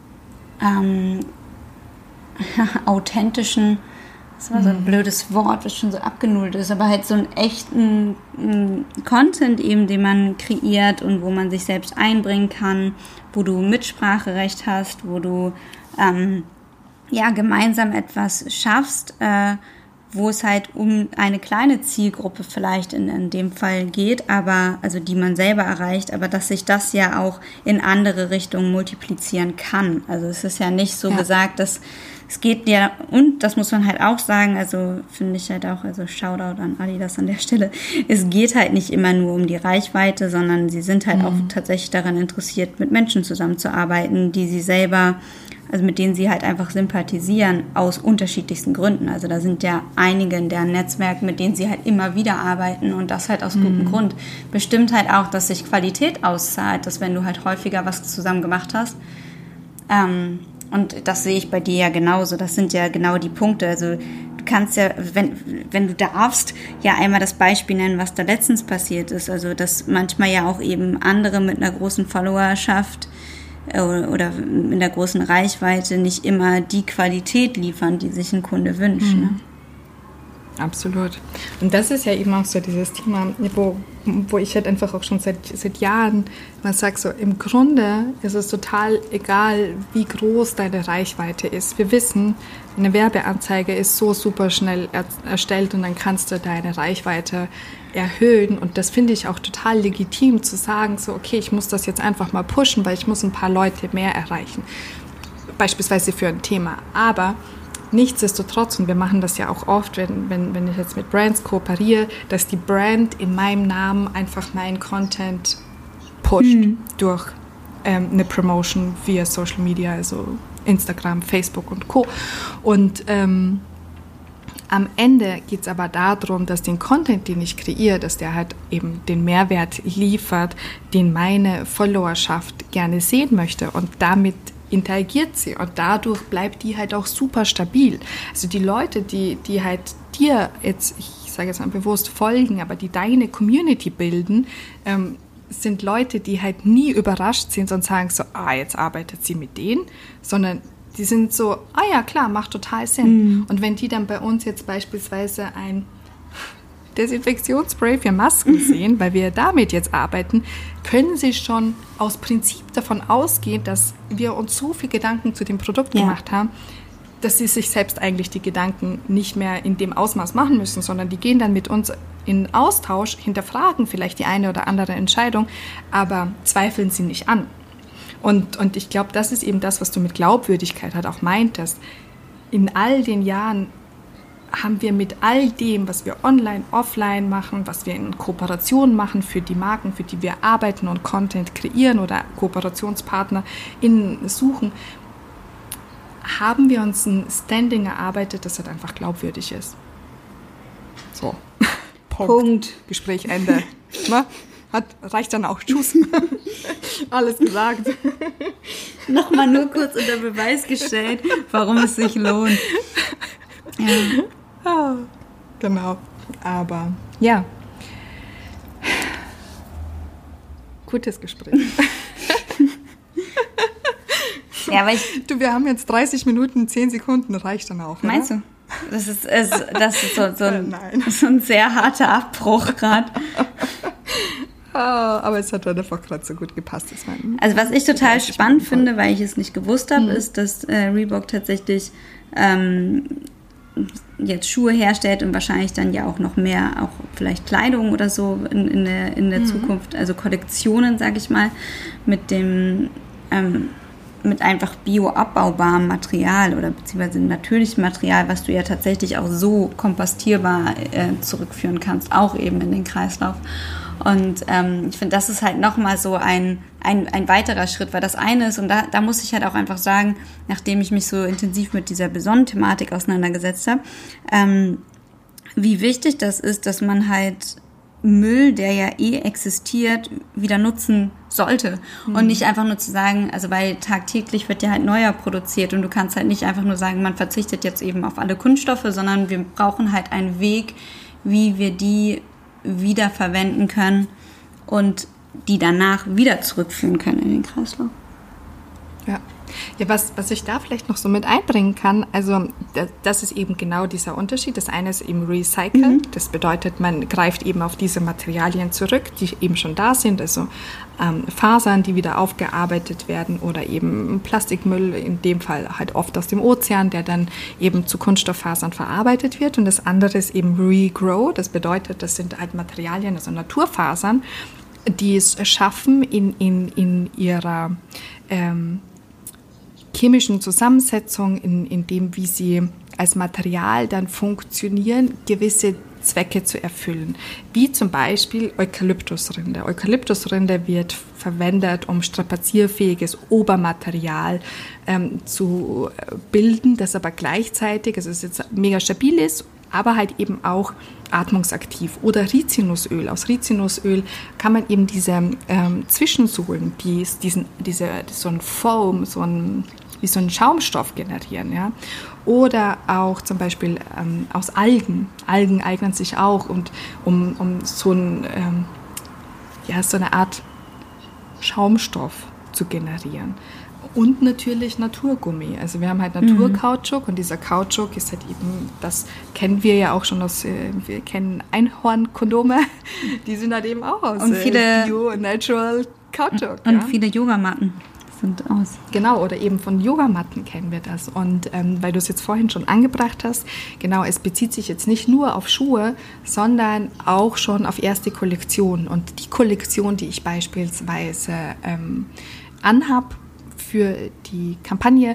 ähm, authentischen, das war so ein blödes Wort, was schon so abgenudelt ist, aber halt so einen echten m, Content eben, den man kreiert und wo man sich selbst einbringen kann, wo du Mitspracherecht hast, wo du ähm, ja gemeinsam etwas schaffst, äh, wo es halt um eine kleine Zielgruppe vielleicht in, in dem Fall geht, aber also die man selber erreicht, aber dass sich das ja auch in andere Richtungen multiplizieren kann. Also es ist ja nicht so ja. gesagt, dass es geht ja, und das muss man halt auch sagen, also finde ich halt auch, also Shoutout an Adidas an der Stelle, es geht halt nicht immer nur um die Reichweite, sondern sie sind halt mhm. auch tatsächlich daran interessiert, mit Menschen zusammenzuarbeiten, die sie selber, also mit denen sie halt einfach sympathisieren, aus unterschiedlichsten Gründen. Also da sind ja einige in deren Netzwerk, mit denen sie halt immer wieder arbeiten, und das halt aus mhm. gutem Grund. Bestimmt halt auch, dass sich Qualität auszahlt, dass wenn du halt häufiger was zusammen gemacht hast, ähm, und das sehe ich bei dir ja genauso. Das sind ja genau die Punkte. Also du kannst ja, wenn, wenn du darfst, ja einmal das Beispiel nennen, was da letztens passiert ist. Also dass manchmal ja auch eben andere mit einer großen Followerschaft oder, oder mit einer großen Reichweite nicht immer die Qualität liefern, die sich ein Kunde wünscht. Mhm. Ne? Absolut. Und das ist ja eben auch so dieses Thema, wo, wo ich halt einfach auch schon seit, seit Jahren mal sage, so im Grunde ist es total egal, wie groß deine Reichweite ist. Wir wissen, eine Werbeanzeige ist so super schnell er, erstellt und dann kannst du deine Reichweite erhöhen, und das finde ich auch total legitim zu sagen, so okay, ich muss das jetzt einfach mal pushen, weil ich muss ein paar Leute mehr erreichen. Beispielsweise für ein Thema. Aber nichtsdestotrotz, und wir machen das ja auch oft, wenn, wenn, wenn ich jetzt mit Brands kooperiere, dass die Brand in meinem Namen einfach meinen Content pusht mhm. durch ähm, eine Promotion via Social Media, also Instagram, Facebook und Co. Und ähm, am Ende geht es aber darum, dass den Content, den ich kreiere, dass der halt eben den Mehrwert liefert, den meine Followerschaft gerne sehen möchte, und damit interagiert sie und dadurch bleibt die halt auch super stabil. Also die Leute, die, die halt dir jetzt, ich sage jetzt mal bewusst folgen, aber die deine Community bilden, ähm, sind Leute, die halt nie überrascht sind und sagen so, ah, jetzt arbeitet sie mit denen, sondern die sind so, ah ja, klar, macht total Sinn. Mhm. Und wenn die dann bei uns jetzt beispielsweise ein Desinfektionsspray für Masken sehen, weil wir damit jetzt arbeiten, können sie schon aus Prinzip davon ausgehen, dass wir uns so viel Gedanken zu dem Produkt ja. gemacht haben, dass sie sich selbst eigentlich die Gedanken nicht mehr in dem Ausmaß machen müssen, sondern die gehen dann mit uns in Austausch, hinterfragen vielleicht die eine oder andere Entscheidung, aber zweifeln sie nicht an. Und, und ich glaube, das ist eben das, was du mit Glaubwürdigkeit halt auch meintest. In all den Jahren haben wir mit all dem, was wir online, offline machen, was wir in Kooperationen machen für die Marken, für die wir arbeiten und Content kreieren oder Kooperationspartner in suchen, haben wir uns ein Standing erarbeitet, das halt einfach glaubwürdig ist. So. Punkt. Punkt. Gespräch Ende. Hat, reicht dann auch. Tschüss. Alles gesagt. Nochmal nur kurz unter Beweis gestellt, warum es sich lohnt. Ja. Ah, genau. Aber ja. Gutes Gespräch. Ja, aber ich, du, wir haben jetzt dreißig Minuten, zehn Sekunden, reicht dann auch. Meinst oder? du? Das ist, es, das ist so, so, ein, so ein sehr harter Abbruch gerade. Oh, aber es hat dann einfach gerade so gut gepasst. Dass man also was ich total spannend finde, weil ich es nicht gewusst habe, mhm. ist, dass äh, Reebok tatsächlich ähm, jetzt Schuhe herstellt und wahrscheinlich dann ja auch noch mehr, auch vielleicht Kleidung oder so in, in der, in der mhm. Zukunft, also Kollektionen, sage ich mal, mit dem ähm, mit einfach bioabbaubarem Material oder beziehungsweise natürlichem Material, was du ja tatsächlich auch so kompostierbar äh, zurückführen kannst, auch eben in den Kreislauf. Und ähm, ich finde, das ist halt nochmal so ein, ein, ein weiterer Schritt, weil das eine ist, und da, da muss ich halt auch einfach sagen, nachdem ich mich so intensiv mit dieser Besonnen-Thematik auseinandergesetzt habe, ähm, wie wichtig das ist, dass man halt Müll, der ja eh existiert, wieder nutzen sollte. Mhm. Und nicht einfach nur zu sagen, also weil tagtäglich wird ja halt neuer produziert und du kannst halt nicht einfach nur sagen, man verzichtet jetzt eben auf alle Kunststoffe, sondern wir brauchen halt einen Weg, wie wir die wieder verwenden können und die danach wieder zurückführen können in den Kreislauf. Ja. Ja, was, was ich da vielleicht noch so mit einbringen kann, also das, das ist eben genau dieser Unterschied. Das eine ist eben Recyceln, mhm. das bedeutet, man greift eben auf diese Materialien zurück, die eben schon da sind, also ähm, Fasern, die wieder aufgearbeitet werden oder eben Plastikmüll, in dem Fall halt oft aus dem Ozean, der dann eben zu Kunststofffasern verarbeitet wird. Und das andere ist eben Regrow, das bedeutet, das sind halt Materialien, also Naturfasern, die es schaffen, in, in, in ihrer ähm, chemischen Zusammensetzung, in, in dem, wie sie als Material dann funktionieren, gewisse Zwecke zu erfüllen. Wie zum Beispiel Eukalyptusrinde. Eukalyptusrinde wird verwendet, um strapazierfähiges Obermaterial ähm, zu bilden, das aber gleichzeitig, also es jetzt mega stabil ist, aber halt eben auch atmungsaktiv. Oder Rizinusöl. Aus Rizinusöl kann man eben diese ähm, Zwischensohlen, die diesen, diese, so ein Foam, so ein, wie so ein Schaumstoff generieren. Ja? Oder auch zum Beispiel ähm, aus Algen. Algen eignen sich auch, und, um, um so, ein, ähm, ja, so eine Art Schaumstoff zu generieren. Und natürlich Naturgummi. Also wir haben halt Naturkautschuk, und dieser Kautschuk ist halt eben, das kennen wir ja auch schon aus, wir kennen Einhornkondome, die sind halt eben auch aus und viele, Bio, Natural Kautschuk. Und ja? viele Yogamatten sind aus. Genau, oder eben von Yogamatten kennen wir das. Und ähm, weil du es jetzt vorhin schon angebracht hast, genau, es bezieht sich jetzt nicht nur auf Schuhe, sondern auch schon auf erste Kollektionen. Und die Kollektion, die ich beispielsweise ähm, anhab, für die Kampagne,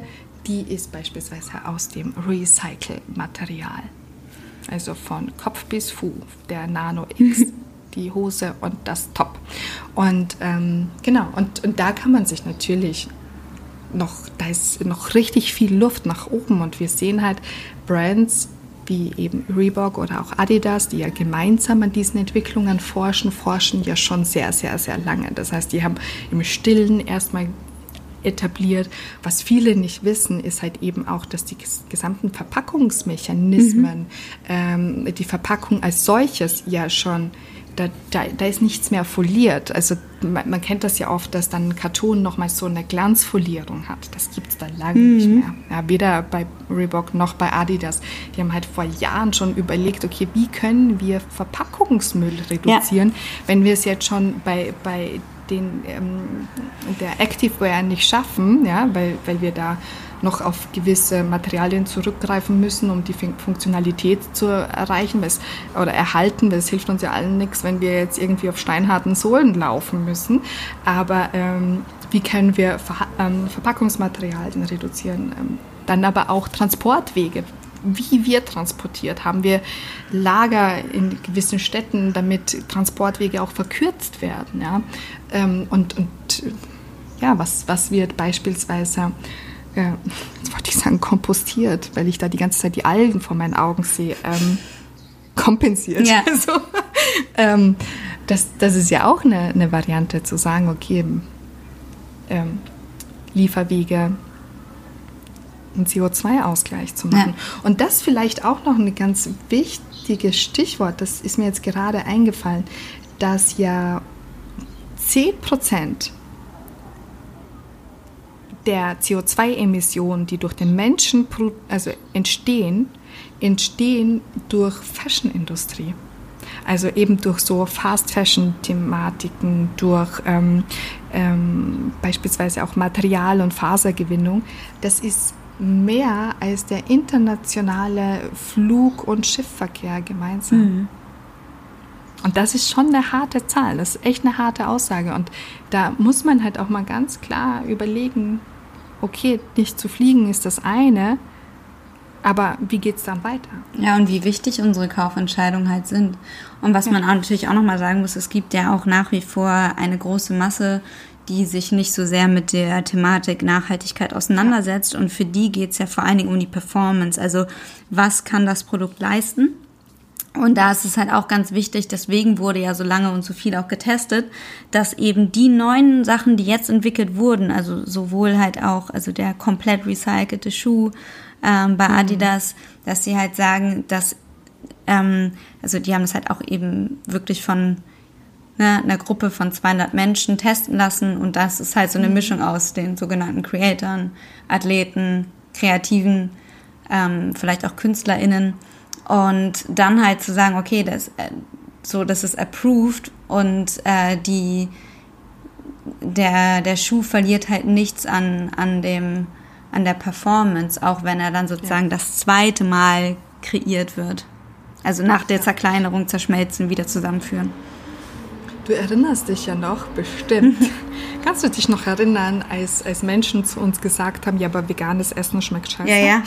die ist beispielsweise aus dem Recycle-Material. Also von Kopf bis Fuß, der Nano X, die Hose und das Top. Und ähm, genau, und, und da kann man sich natürlich noch, da ist noch richtig viel Luft nach oben. Und wir sehen halt Brands wie eben Reebok oder auch Adidas, die ja gemeinsam an diesen Entwicklungen forschen, forschen ja schon sehr, sehr, sehr lange. Das heißt, die haben im Stillen erstmal etabliert. Was viele nicht wissen, ist halt eben auch, dass die gesamten Verpackungsmechanismen, mhm. ähm, die Verpackung als solches ja schon, da, da, da ist nichts mehr foliert. Also man, man kennt das ja oft, dass dann ein Karton nochmal so eine Glanzfolierung hat. Das gibt es da lange mhm. nicht mehr. Ja, weder bei Reebok noch bei Adidas. Die haben halt vor Jahren schon überlegt, okay, wie können wir Verpackungsmüll reduzieren, ja. wenn wir es jetzt schon bei, bei den ähm, der Activewear nicht schaffen, ja, weil, weil wir da noch auf gewisse Materialien zurückgreifen müssen, um die Funktionalität zu erreichen was, oder erhalten, weil es hilft uns ja allen nichts, wenn wir jetzt irgendwie auf steinharten Sohlen laufen müssen. Aber ähm, wie können wir Ver- ähm, Verpackungsmaterialien reduzieren? Ähm, dann aber auch Transportwege. Wie wird transportiert? Haben wir Lager in gewissen Städten, damit Transportwege auch verkürzt werden? Ja? Ähm, und, und ja, was, was wird beispielsweise, äh, jetzt wollte ich sagen, kompostiert, weil ich da die ganze Zeit die Algen vor meinen Augen sehe, ähm, kompensiert. Ja. Also, ähm, das, das ist ja auch eine, eine Variante zu sagen, okay, ähm, Lieferwege, einen C O zwei Ausgleich zu machen. Ja. Und das vielleicht auch noch ein ganz wichtiges Stichwort, das ist mir jetzt gerade eingefallen, dass ja zehn Prozent der C O zwei Emissionen, die durch den Menschen also entstehen, entstehen durch Fashion-Industrie. Also eben durch so Fast-Fashion-Thematiken, durch ähm, ähm, beispielsweise auch Material- und Fasergewinnung. Das ist mehr als der internationale Flug- und Schiffverkehr gemeinsam. Mhm. Und das ist schon eine harte Zahl, das ist echt eine harte Aussage. Und da muss man halt auch mal ganz klar überlegen, okay, nicht zu fliegen ist das eine, aber wie geht es dann weiter? Ja, und wie wichtig unsere Kaufentscheidungen halt sind. Und was ja. man auch natürlich auch nochmal sagen muss, es gibt ja auch nach wie vor eine große Masse, die sich nicht so sehr mit der Thematik Nachhaltigkeit auseinandersetzt. Ja. Und für die geht es ja vor allen Dingen um die Performance. Also was kann das Produkt leisten? Und da ist es halt auch ganz wichtig, deswegen wurde ja so lange und so viel auch getestet, dass eben die neuen Sachen, die jetzt entwickelt wurden, also sowohl halt auch, also der komplett recycelte Schuh ähm, bei Adidas, mhm. dass sie halt sagen, dass, ähm, also die haben es halt auch eben wirklich von ne, einer Gruppe von zweihundert Menschen testen lassen und das ist halt so eine Mischung aus den sogenannten Creatoren, Athleten, Kreativen, ähm, vielleicht auch KünstlerInnen. Und dann halt zu sagen, okay, das, so, das ist approved und äh, die, der, der Schuh verliert halt nichts an, an, dem, an der Performance, auch wenn er dann sozusagen ja. das zweite Mal kreiert wird. Also nach der Zerkleinerung, Zerschmelzen, wieder zusammenführen. Du erinnerst dich ja noch, bestimmt. Kannst du dich noch erinnern, als, als Menschen zu uns gesagt haben, ja, aber veganes Essen schmeckt scheiße? Ja, ja.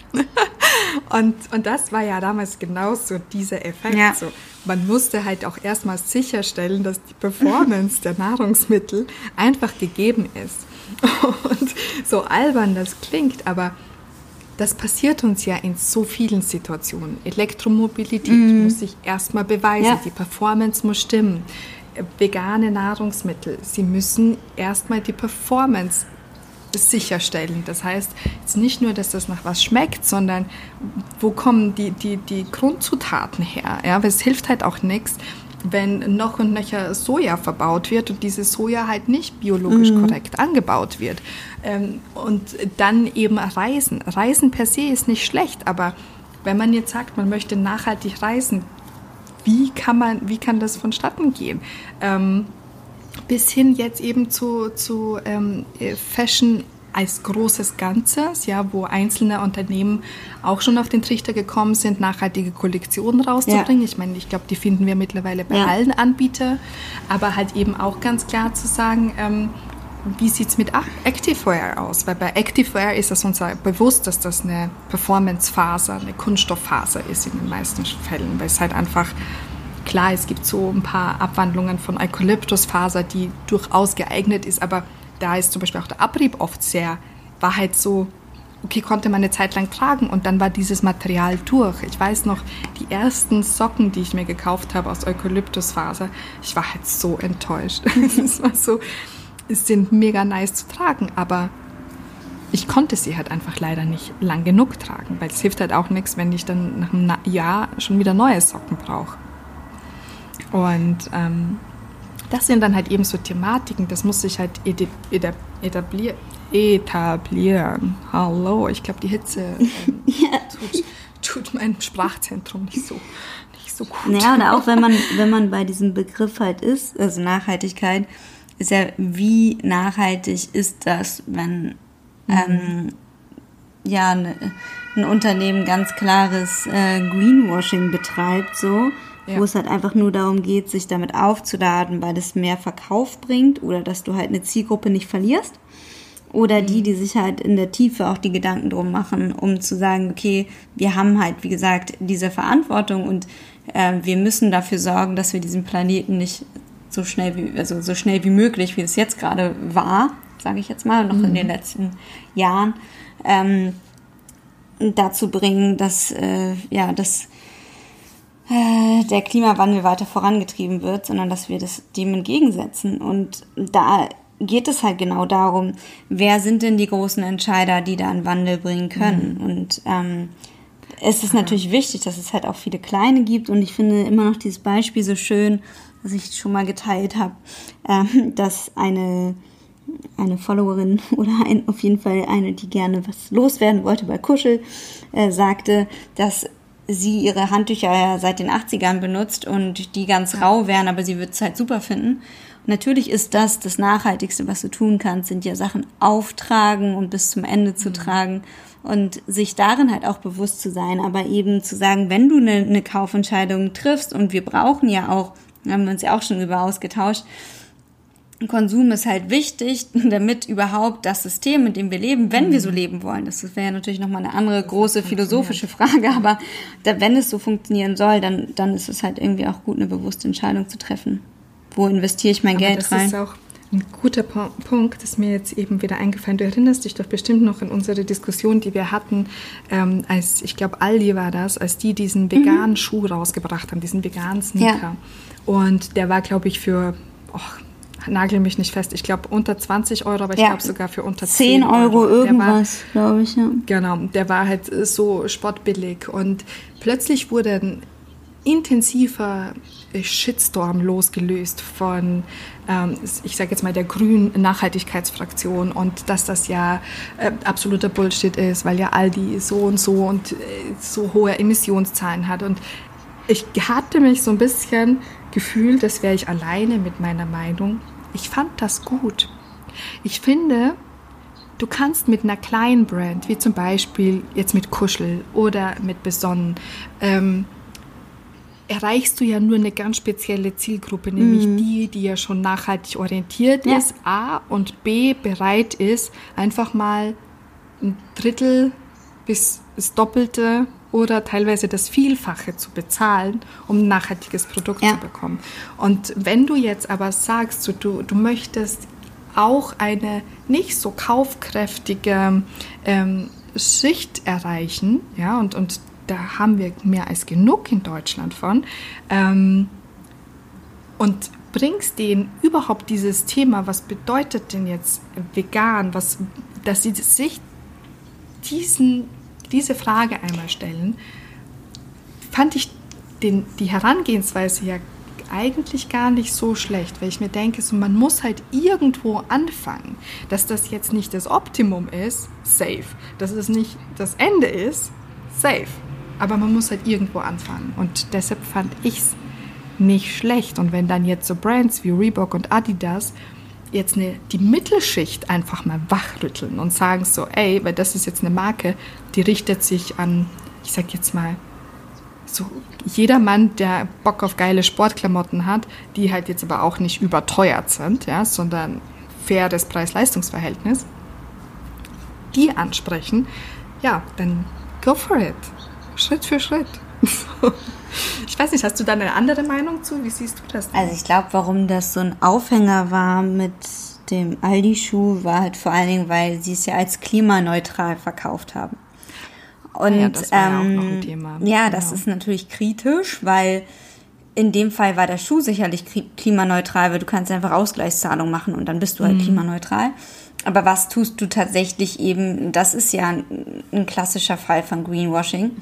Und, und das war ja damals genauso dieser Effekt. Ja. So, man musste halt auch erstmal sicherstellen, dass die Performance der Nahrungsmittel einfach gegeben ist. Und so albern das klingt, aber das passiert uns ja in so vielen Situationen. Elektromobilität mhm. muss sich erstmal beweisen, ja. die Performance muss stimmen. Vegane Nahrungsmittel, sie müssen erstmal die Performance sicherstellen. Das heißt, jetzt nicht nur, dass das nach was schmeckt, sondern wo kommen die, die, die Grundzutaten her? Ja, weil es hilft halt auch nichts, wenn noch und nöcher Soja verbaut wird und dieses Soja halt nicht biologisch mhm. korrekt angebaut wird. Ähm, und dann eben Reisen. Reisen per se ist nicht schlecht, aber wenn man jetzt sagt, man möchte nachhaltig reisen, wie kann man, wie kann das vonstatten gehen? Ähm, bis hin jetzt eben zu, zu ähm, Fashion als großes Ganzes, ja, wo einzelne Unternehmen auch schon auf den Trichter gekommen sind, nachhaltige Kollektionen rauszubringen. Ja. Ich meine, ich glaube, die finden wir mittlerweile bei ja. allen Anbietern, aber halt eben auch ganz klar zu sagen, ähm, wie sieht es mit Activewear aus? Weil bei Activewear ist es uns ja bewusst, dass das eine Performancefaser, eine Kunststofffaser ist in den meisten Fällen, weil es halt einfach, klar, es gibt so ein paar Abwandlungen von Eukalyptusfaser, die durchaus geeignet ist, aber da ist zum Beispiel auch der Abrieb oft sehr, war halt so, okay, konnte man eine Zeit lang tragen und dann war dieses Material durch. Ich weiß noch, die ersten Socken, die ich mir gekauft habe aus Eukalyptusfaser, ich war halt so enttäuscht. Es war so, es sind mega nice zu tragen, aber ich konnte sie halt einfach leider nicht lang genug tragen, weil es hilft halt auch nichts, wenn ich dann nach einem Jahr schon wieder neue Socken brauche. Und ähm, das sind dann halt eben so Thematiken, das muss sich halt etablieren. etablieren. Hallo, ich glaube, die Hitze ähm, ja. tut, tut mein Sprachzentrum nicht so, nicht so gut. Naja, und auch wenn man, wenn man bei diesem Begriff halt ist, also Nachhaltigkeit, ist ja, wie nachhaltig ist das, wenn mhm. ähm, ja, ne, ein Unternehmen ganz klares äh, Greenwashing betreibt, so, ja. wo es halt einfach nur darum geht, sich damit aufzuladen, weil es mehr Verkauf bringt oder dass du halt eine Zielgruppe nicht verlierst. Oder die, die sich halt in der Tiefe auch die Gedanken drum machen, um zu sagen, okay, wir haben halt, wie gesagt, diese Verantwortung und äh, wir müssen dafür sorgen, dass wir diesen Planeten nicht so schnell wie, also so schnell wie möglich, wie es jetzt gerade war, sage ich jetzt mal, noch mhm. in den letzten Jahren, ähm, dazu bringen, dass, äh, ja, dass äh, der Klimawandel weiter vorangetrieben wird, sondern dass wir das dem entgegensetzen. Und da geht es halt genau darum, wer sind denn die großen Entscheider, die da einen Wandel bringen können. Mhm. Und ähm, es ist natürlich wichtig, dass es halt auch viele Kleine gibt. Und ich finde immer noch dieses Beispiel so schön, was ich schon mal geteilt habe, ähm, dass eine, eine Followerin oder ein, auf jeden Fall eine, die gerne was loswerden wollte bei Kuschel, äh, sagte, dass sie ihre Handtücher ja seit den achtzigern benutzt und die ganz rau wären, aber sie würde es halt super finden. Und natürlich ist das das Nachhaltigste, was du tun kannst, sind ja Sachen auftragen und bis zum Ende zu mhm. tragen und sich darin halt auch bewusst zu sein, aber eben zu sagen, wenn du eine, eine Kaufentscheidung triffst und wir brauchen ja auch, haben wir uns ja auch schon über ausgetauscht, Konsum ist halt wichtig, damit überhaupt das System, in dem wir leben, wenn mhm. wir so leben wollen, das wäre ja natürlich nochmal eine andere große philosophische Frage, aber da, wenn es so funktionieren soll, dann, dann ist es halt irgendwie auch gut, eine bewusste Entscheidung zu treffen. Wo investiere ich mein aber Geld das rein? Das ist auch ein guter po- Punkt, das ist mir jetzt eben wieder eingefallen. Du erinnerst dich doch bestimmt noch an unsere Diskussion, die wir hatten, ähm, als, ich glaube, Aldi war das, als die diesen veganen mhm. Schuh rausgebracht haben, diesen veganen Sneaker. Ja. Und der war, glaube ich, für, oh, nagel mich nicht fest, ich glaube unter zwanzig Euro, aber ich ja. glaube sogar für unter zehn Euro. zehn Euro irgendwas, glaube ich, ja. Genau, der war halt so spottbillig. Und plötzlich wurde ein intensiver Shitstorm losgelöst von, ähm, ich sage jetzt mal, der grünen Nachhaltigkeitsfraktion und dass das ja äh, absoluter Bullshit ist, weil ja Aldi so und so und äh, so hohe Emissionszahlen hat. Und ich hatte mich so ein bisschen gefühlt, das wäre ich alleine mit meiner Meinung. Ich fand das gut. Ich finde, du kannst mit einer kleinen Brand, wie zum Beispiel jetzt mit Kuschel oder mit Besonnen, ähm, erreichst du ja nur eine ganz spezielle Zielgruppe, nämlich mhm. die, die ja schon nachhaltig orientiert ja. ist, A, und B, bereit ist, einfach mal ein Drittel bis das Doppelte oder teilweise das Vielfache zu bezahlen, um ein nachhaltiges Produkt ja. zu bekommen. Und wenn du jetzt aber sagst, so, du, du möchtest auch eine nicht so kaufkräftige ähm, Schicht erreichen, ja, und, und da haben wir mehr als genug in Deutschland von, ähm, und bringst denen überhaupt dieses Thema, was bedeutet denn jetzt vegan, was, dass sie sich diesen, diese Frage einmal stellen, fand ich den, die Herangehensweise ja eigentlich gar nicht so schlecht, weil ich mir denke, so, man muss halt irgendwo anfangen, dass das jetzt nicht das Optimum ist, safe, dass es nicht das Ende ist, safe. Aber man muss halt irgendwo anfangen. Und deshalb fand ich es nicht schlecht. Und wenn dann jetzt so Brands wie Reebok und Adidas jetzt eine, die Mittelschicht einfach mal wachrütteln und sagen so, ey, weil das ist jetzt eine Marke, die richtet sich an, ich sag jetzt mal, so jeder Mann, der Bock auf geile Sportklamotten hat, die halt jetzt aber auch nicht überteuert sind, ja, sondern faires Preis-Leistungs-Verhältnis, die ansprechen, ja, dann go for it. Schritt für Schritt. Ich weiß nicht, hast du da eine andere Meinung zu? Wie siehst du das denn? Also ich glaube, warum das so ein Aufhänger war mit dem Aldi-Schuh, war halt vor allen Dingen, weil sie es ja als klimaneutral verkauft haben. Und ja, das war ähm, ja auch noch ein Thema. Ja, das genau. ist natürlich kritisch, weil in dem Fall war der Schuh sicherlich klimaneutral, weil du kannst einfach Ausgleichszahlung machen und dann bist du halt mhm. klimaneutral. Aber was tust du tatsächlich eben, das ist ja ein, ein klassischer Fall von Greenwashing.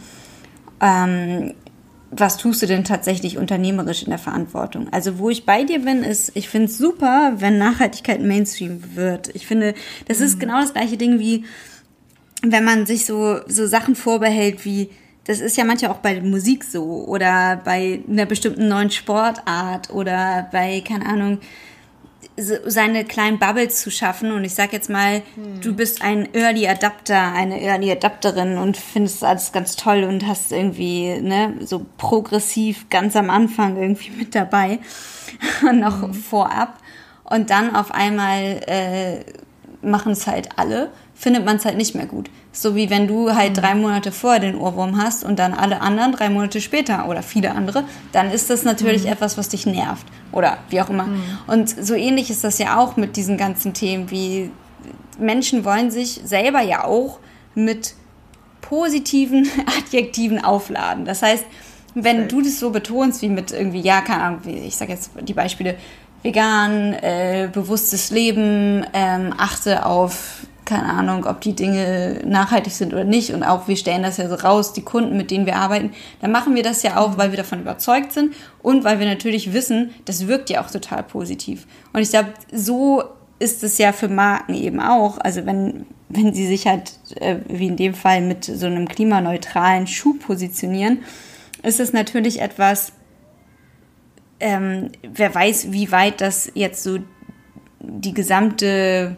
Ähm, was tust du denn tatsächlich unternehmerisch in der Verantwortung? Also wo ich bei dir bin, ist, ich finde es super, wenn Nachhaltigkeit Mainstream wird. Ich finde, das mhm. ist genau das gleiche Ding wie, wenn man sich so, so Sachen vorbehält wie, das ist ja manchmal auch bei Musik so oder bei einer bestimmten neuen Sportart oder bei, keine Ahnung, so seine kleinen Bubbles zu schaffen. Und ich sag jetzt mal, hm. du bist ein Early Adapter, eine Early Adapterin und findest alles ganz toll und hast irgendwie, ne, so progressiv ganz am Anfang irgendwie mit dabei, noch hm. vorab. Und dann auf einmal äh, machen es halt alle, findet man es halt nicht mehr gut. So wie wenn du halt mhm. drei Monate vorher den Ohrwurm hast und dann alle anderen drei Monate später oder viele andere, dann ist das natürlich mhm. etwas, was dich nervt oder wie auch immer. Mhm. Und so ähnlich ist das ja auch mit diesen ganzen Themen, wie Menschen wollen sich selber ja auch mit positiven Adjektiven aufladen. Das heißt, wenn okay. du das so betonst wie mit irgendwie, ja, keine Ahnung, wie, ich sage jetzt die Beispiele, vegan, äh, bewusstes Leben, ähm, achte auf, keine Ahnung, ob die Dinge nachhaltig sind oder nicht und auch wir stellen das ja so raus, die Kunden, mit denen wir arbeiten, dann machen wir das ja auch, weil wir davon überzeugt sind und weil wir natürlich wissen, das wirkt ja auch total positiv. Und ich glaube, so ist es ja für Marken eben auch, also wenn, wenn sie sich halt, äh, wie in dem Fall mit so einem klimaneutralen Schuh positionieren, ist es natürlich etwas, ähm, wer weiß, wie weit das jetzt so die gesamte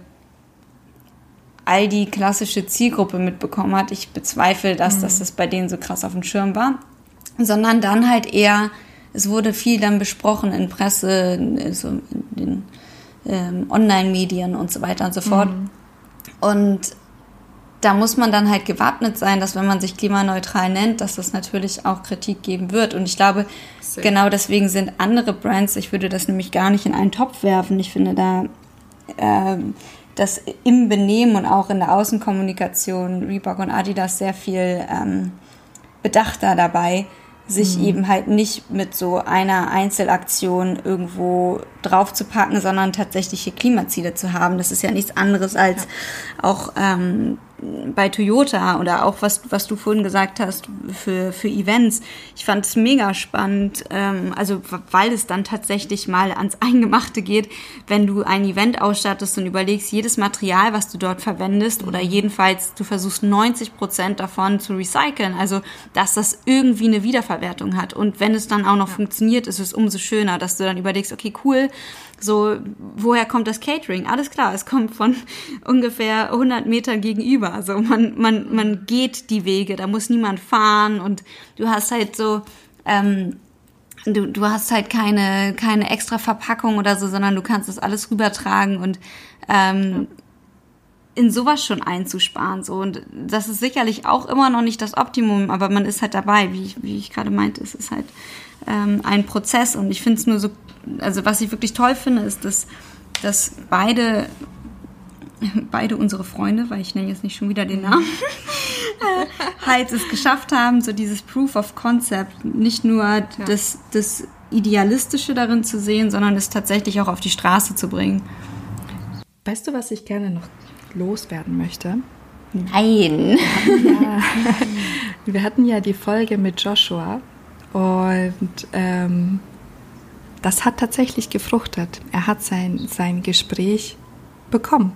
Aldi klassische Zielgruppe mitbekommen hat. Ich bezweifle, dass, mhm. dass das bei denen so krass auf dem Schirm war. Sondern dann halt eher, es wurde viel dann besprochen in Presse, in, so in den ähm, Online-Medien und so weiter und so fort. Mhm. Und da muss man dann halt gewappnet sein, dass wenn man sich klimaneutral nennt, dass das natürlich auch Kritik geben wird. Und ich glaube, Sehr. genau deswegen sind andere Brands, ich würde das nämlich gar nicht in einen Topf werfen. Ich finde da, ähm, dass im Benehmen und auch in der Außenkommunikation Reebok und Adidas sehr viel ähm, bedachter dabei, sich mhm. eben halt nicht mit so einer Einzelaktion irgendwo draufzupacken, sondern tatsächliche Klimaziele zu haben. Das ist ja nichts anderes als ja. auch ähm, bei Toyota oder auch was was du vorhin gesagt hast für für Events. Ich fand es mega spannend, ähm, also weil es dann tatsächlich mal ans Eingemachte geht, wenn du ein Event ausstattest und überlegst, jedes Material, was du dort verwendest, oder jedenfalls du versuchst neunzig Prozent davon zu recyceln, also dass das irgendwie eine Wiederverwertung hat. Und wenn es dann auch noch ja. funktioniert, ist es umso schöner, dass du dann überlegst, okay, cool, so, woher kommt das Catering? Alles klar, es kommt von ungefähr hundert Metern gegenüber. Also man, man, man geht die Wege, da muss niemand fahren und du hast halt so, ähm, du, du hast halt keine, keine extra Verpackung oder so, sondern du kannst das alles rübertragen und ähm, in sowas schon einzusparen. So. Und das ist sicherlich auch immer noch nicht das Optimum, aber man ist halt dabei, wie ich, wie ich gerade meinte, es ist halt ähm, ein Prozess und ich finde es nur so, also was ich wirklich toll finde, ist, dass, dass beide, beide unsere Freunde, weil ich nenne jetzt nicht schon wieder den Namen, halt es geschafft haben, so dieses Proof of Concept, nicht nur ja. das, das Idealistische darin zu sehen, sondern es tatsächlich auch auf die Straße zu bringen. Weißt du, was ich gerne noch loswerden möchte? Nein. Ja, wir hatten ja die Folge mit Joshua und ähm, das hat tatsächlich gefruchtet. Er hat sein, sein Gespräch bekommen.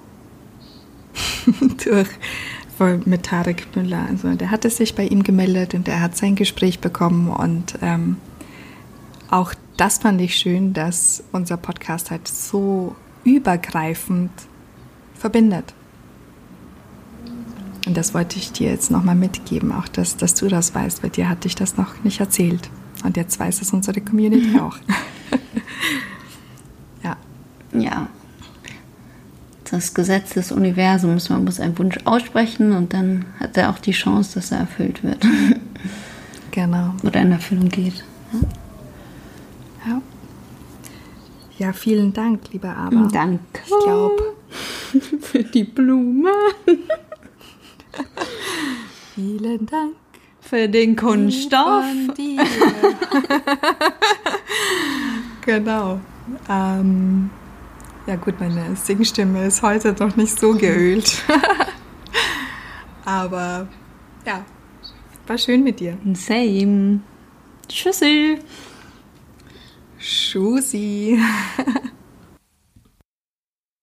Durch, mit Tarek Müller. Also der hatte sich bei ihm gemeldet und er hat sein Gespräch bekommen. Und ähm, auch das fand ich schön, dass unser Podcast halt so übergreifend verbindet. Und das wollte ich dir jetzt nochmal mitgeben, auch dass, dass du das weißt, weil dir hatte ich das noch nicht erzählt. Und jetzt weiß es unsere Community auch. Ja. Ja. das Gesetz des Universums. Man muss einen Wunsch aussprechen und dann hat er auch die Chance, dass er erfüllt wird. Genau. Oder in Erfüllung geht. Ja, ja. Ja, vielen Dank, lieber Aber. Danke. Ich glaube, für die Blume. Vielen Dank für den Kunststoff. Von dir. Genau. Ähm, ja gut, meine Singstimme ist heute noch nicht so geölt. Aber ja, war schön mit dir. Same. Tschüssi. Tschüssi.